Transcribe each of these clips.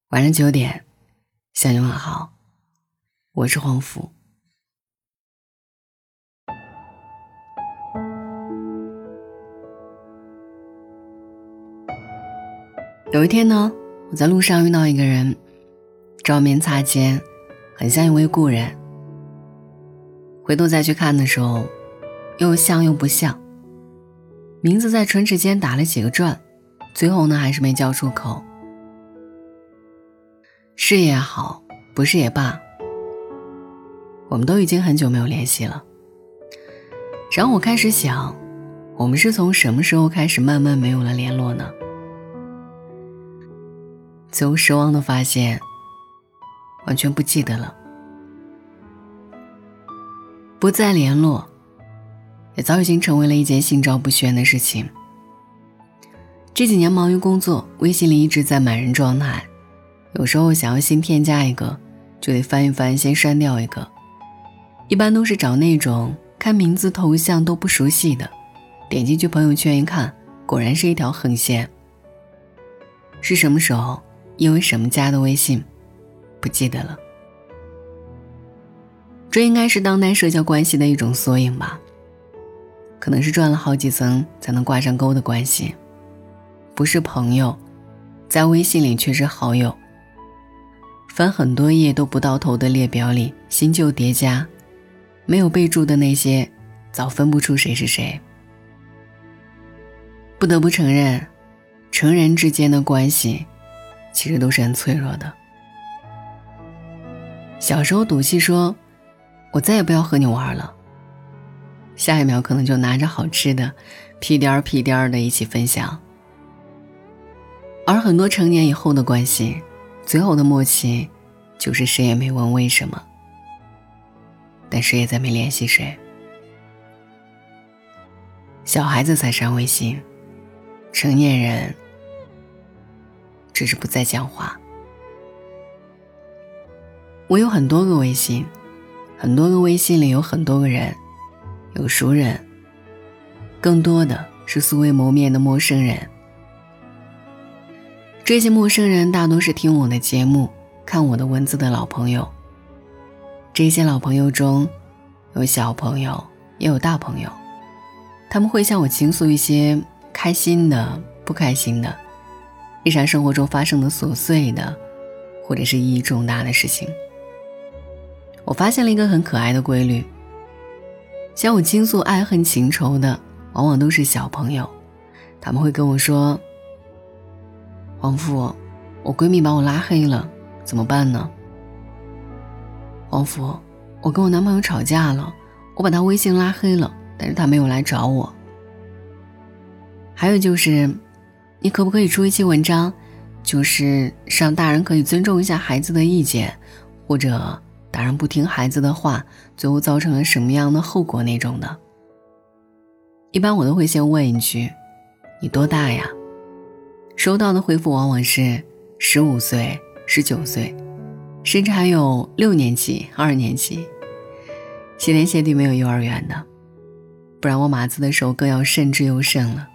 晚上9点，向你问好，我是黄甫。有一天呢，我在路上遇到一个人，照面擦肩，很像一位故人。回头再去看的时候，又像又不像。名字在唇齿间打了几个转，最后呢还是没叫出口。是也好，不是也罢，我们都已经很久没有联系了。然后我开始想，我们是从什么时候开始慢慢没有了联络呢？最后失望的发现，完全不记得了。不再联络，也早已经成为了一件心照不宣的事情。这几年忙于工作，微信里一直在满人状态，有时候想要新添加一个，就得翻一翻先删掉一个。一般都是找那种看名字头像都不熟悉的，点进去朋友圈一看，果然是一条横线。是什么时候因为什么加的微信不记得了。这应该是当代社交关系的一种缩影吧，可能是转了好几层才能挂上钩的关系，不是朋友，在微信里却是好友。翻很多页都不到头的列表里，新旧叠加，没有备注的那些早分不出谁是谁。不得不承认，成人之间的关系其实都是很脆弱的。小时候赌气说我再也不要和你玩了，下一秒可能就拿着好吃的屁颠儿屁颠儿的一起分享。而很多成年以后的关系，最后的默契就是谁也没问为什么，但谁也再没联系谁。小孩子才删微信，成年人只是不再讲话。我有很多个微信，很多个微信里有很多个人，有熟人，更多的是素未谋面的陌生人。这些陌生人大多是听我的节目、看我的文字的老朋友。这些老朋友中，有小朋友，也有大朋友。他们会向我倾诉一些开心的、不开心的，日常生活中发生的琐碎的，或者是意义重大的事情。我发现了一个很可爱的规律，向我倾诉爱恨情仇的往往都是小朋友。他们会跟我说，黄甫，我闺蜜把我拉黑了，怎么办呢？黄甫，我跟我男朋友吵架了，我把他微信拉黑了，但是他没有来找我。还有就是，你可不可以出一期文章，就是让大人可以尊重一下孩子的意见，或者大人不听孩子的话，最后造成了什么样的后果那种的。一般我都会先问一句，你多大呀？收到的回复往往是15岁、19岁，甚至还有6年级、2年级，谢天谢地没有幼儿园的，不然我码字的时候更要慎之又慎了。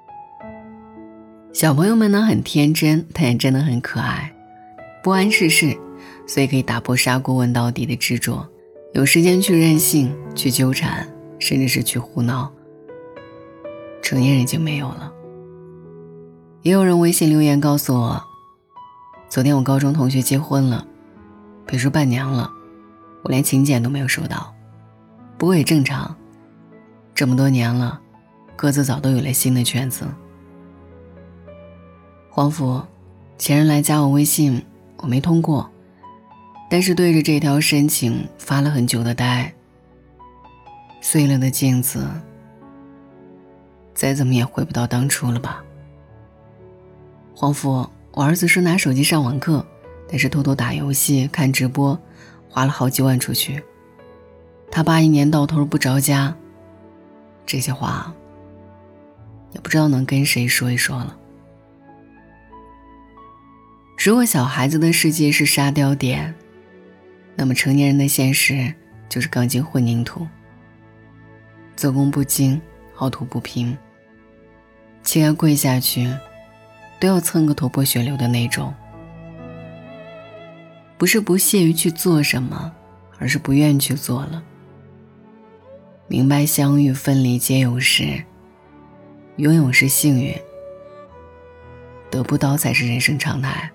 小朋友们呢很天真，但也真的很可爱，不谙世事，所以可以打破砂锅问到底的执着，有时间去任性，去纠缠，甚至是去胡闹。成年人已经没有了。也有人微信留言告诉我，昨天我高中同学结婚了，别说伴娘了，我连请柬都没有收到。不过也正常，这么多年了，各自早都有了新的圈子。黄甫，前任来加我微信，我没通过，但是对着这条申请发了很久的呆。碎了的镜子，再怎么也回不到当初了吧。黄甫，我儿子说拿手机上网课，但是偷偷打游戏看直播，花了好几万出去。他爸一年到头不着家，这些话也不知道能跟谁说一说了。如果小孩子的世界是沙雕点，那么成年人的现实就是钢筋混凝土，做工不精，凹凸不平，膝盖跪下去都要蹭个头破血流的那种。 不是不屑于去做什么，而是不愿去做了。明白相遇分离皆有时，拥有是幸运，得不到才是人生常态。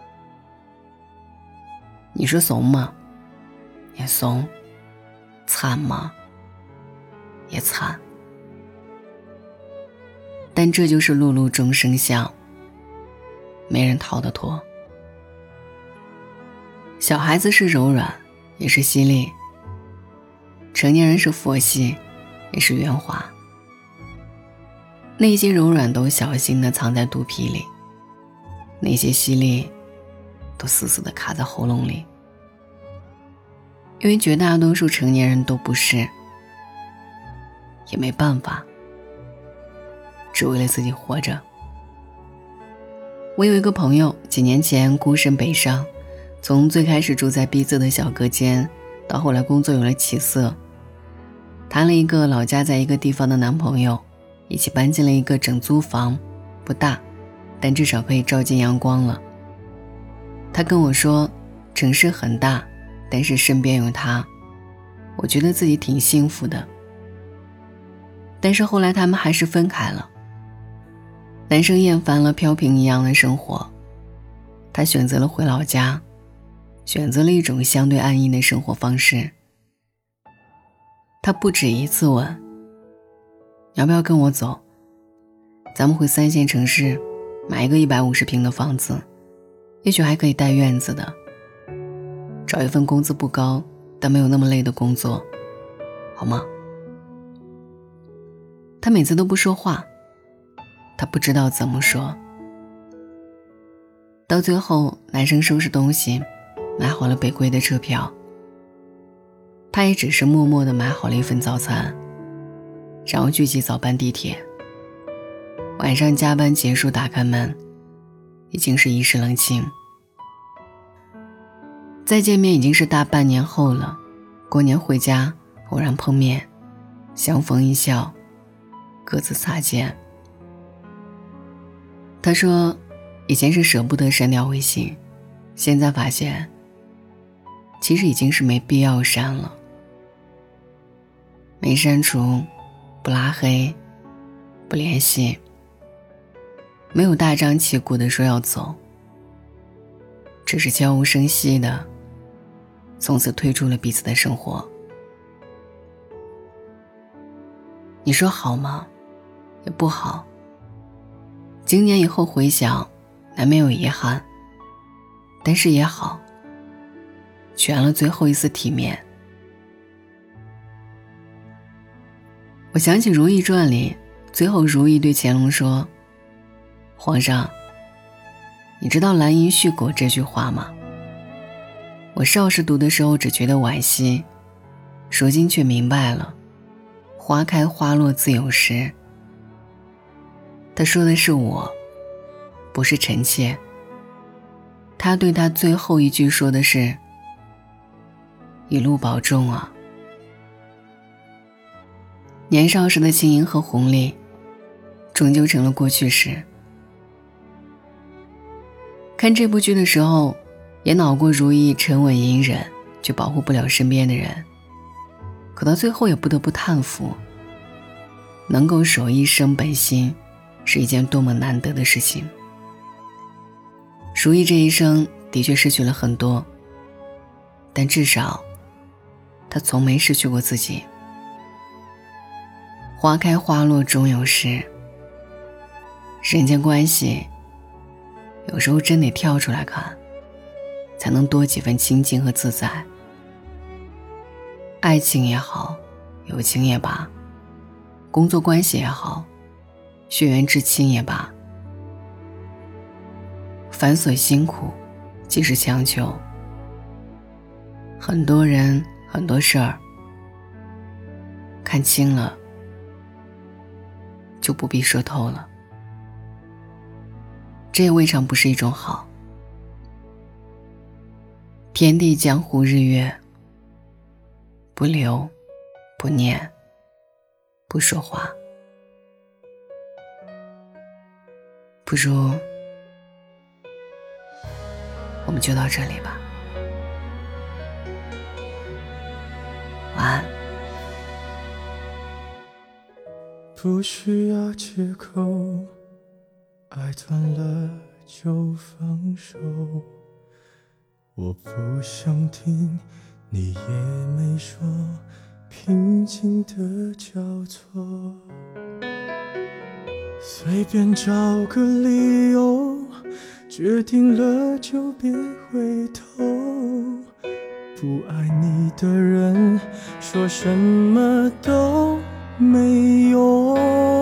你说怂吗？也怂。惨吗？也惨。但这就是路路众生相，没人逃得脱。小孩子是柔软，也是犀利；成年人是佛系，也是圆滑。那些柔软都小心地藏在肚皮里，那些犀利都死死地卡在喉咙里。因为绝大多数成年人都不是，也没办法，只为了自己活着。我有一个朋友，几年前孤身北上，从最开始住在逼仄的小隔间，到后来工作有了起色，谈了一个老家在一个地方的男朋友，一起搬进了一个整租房，不大，但至少可以照进阳光了。他跟我说，城市很大，但是身边有他，我觉得自己挺幸福的。但是后来他们还是分开了。男生厌烦了飘萍一样的生活，他选择了回老家，选择了一种相对安逸的生活方式。他不止一次问，要不要跟我走，咱们回3线城市买一个150平的房子，也许还可以带院子的，找一份工资不高但没有那么累的工作，好吗？他每次都不说话，他不知道怎么说。到最后，男生收拾东西，买好了北归的车票，他也只是默默地买好了一份早餐，然后聚集早班地铁。晚上加班结束，打开门，已经是一世冷清。再见面已经是大半年后了，过年回家偶然碰面，相逢一笑，各自擦肩。他说以前是舍不得删掉微信，现在发现其实已经是没必要删了。没删除，不拉黑，不联系，没有大张旗鼓地说要走，只是悄无声息的从此退出了彼此的生活。你说好吗？也不好。经年以后回想，难免有遗憾，但是也好，圆了最后一丝体面。我想起《如懿传》里，最后如懿对乾隆说，皇上，你知道兰因絮果这句话吗？我少时读的时候只觉得惋惜，如今却明白了，花开花落自有时。他说的是我，不是臣妾。他对他最后一句说的是，一路保重啊。年少时的轻盈和红利，终究成了过去时。看这部剧的时候，也恼过如懿沉稳隐忍，却保护不了身边的人。可到最后也不得不叹服，能够守一生本心，是一件多么难得的事情。如懿这一生的确失去了很多，但至少她从没失去过自己。花开花落终有时，人间关系有时候真得跳出来看，才能多几分清静和自在。爱情也好，友情也罢，工作关系也好，血缘至亲也罢，繁琐辛苦，即是强求。很多人，很多事儿，看清了，就不必说透了。这也未尝不是一种好。天地江湖日月，不留，不念，不说话。不如我们就到这里吧。 晚安。 不需要借口，爱断了就放手，我不想听，你也没说，平静的交错，随便找个理由，决定了就别回头，不爱你的人说什么都没用，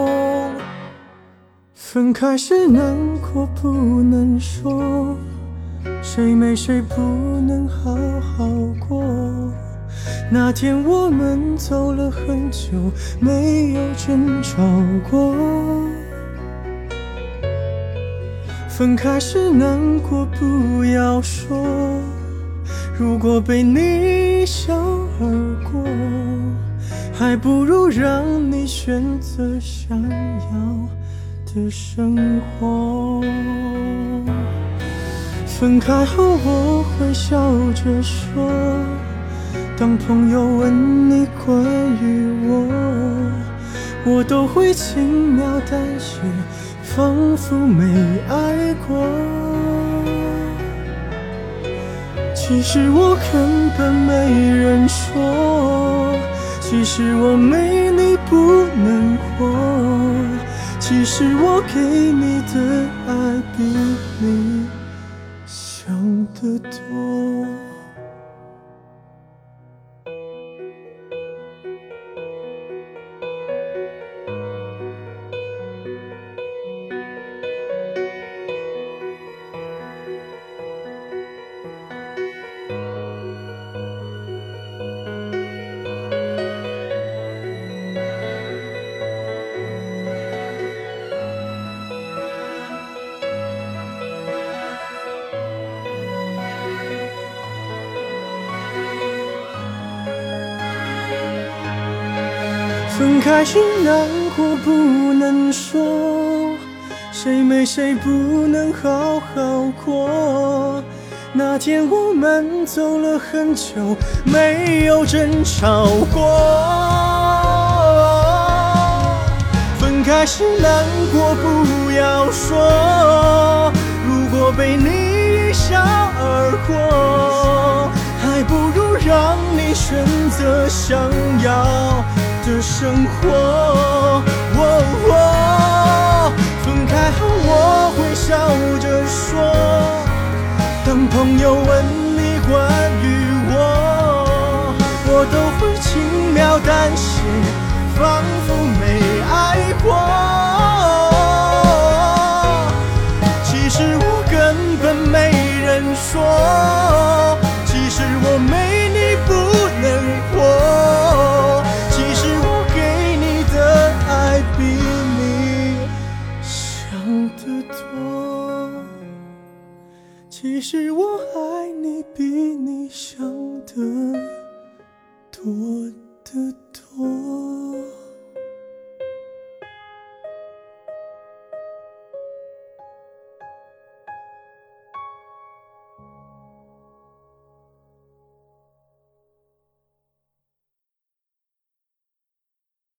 分开时难过不能说，谁没谁不能好好过，那天我们走了很久，没有争吵过，分开时难过不要说，如果被你笑而过，还不如让你选择想要的生活。分开后我会笑着说，当朋友问你关于我都会轻描淡写，仿佛没爱过。其实我根本没人说，其实我没你不能活，其实我给你的爱比你想得多。分开时难过不能说，谁没谁不能好好过，那天我们走了很久，没有争吵过。分开时难过不要说，如果被你笑而过，还不如让你选择想要的生活。分开后我会笑着说，当朋友问你关于我都会轻描淡写，仿佛没爱过。其实我根本没人说，其实我没你不能活，其实我给你的爱比你想得多，其实我爱你比你想的多得多。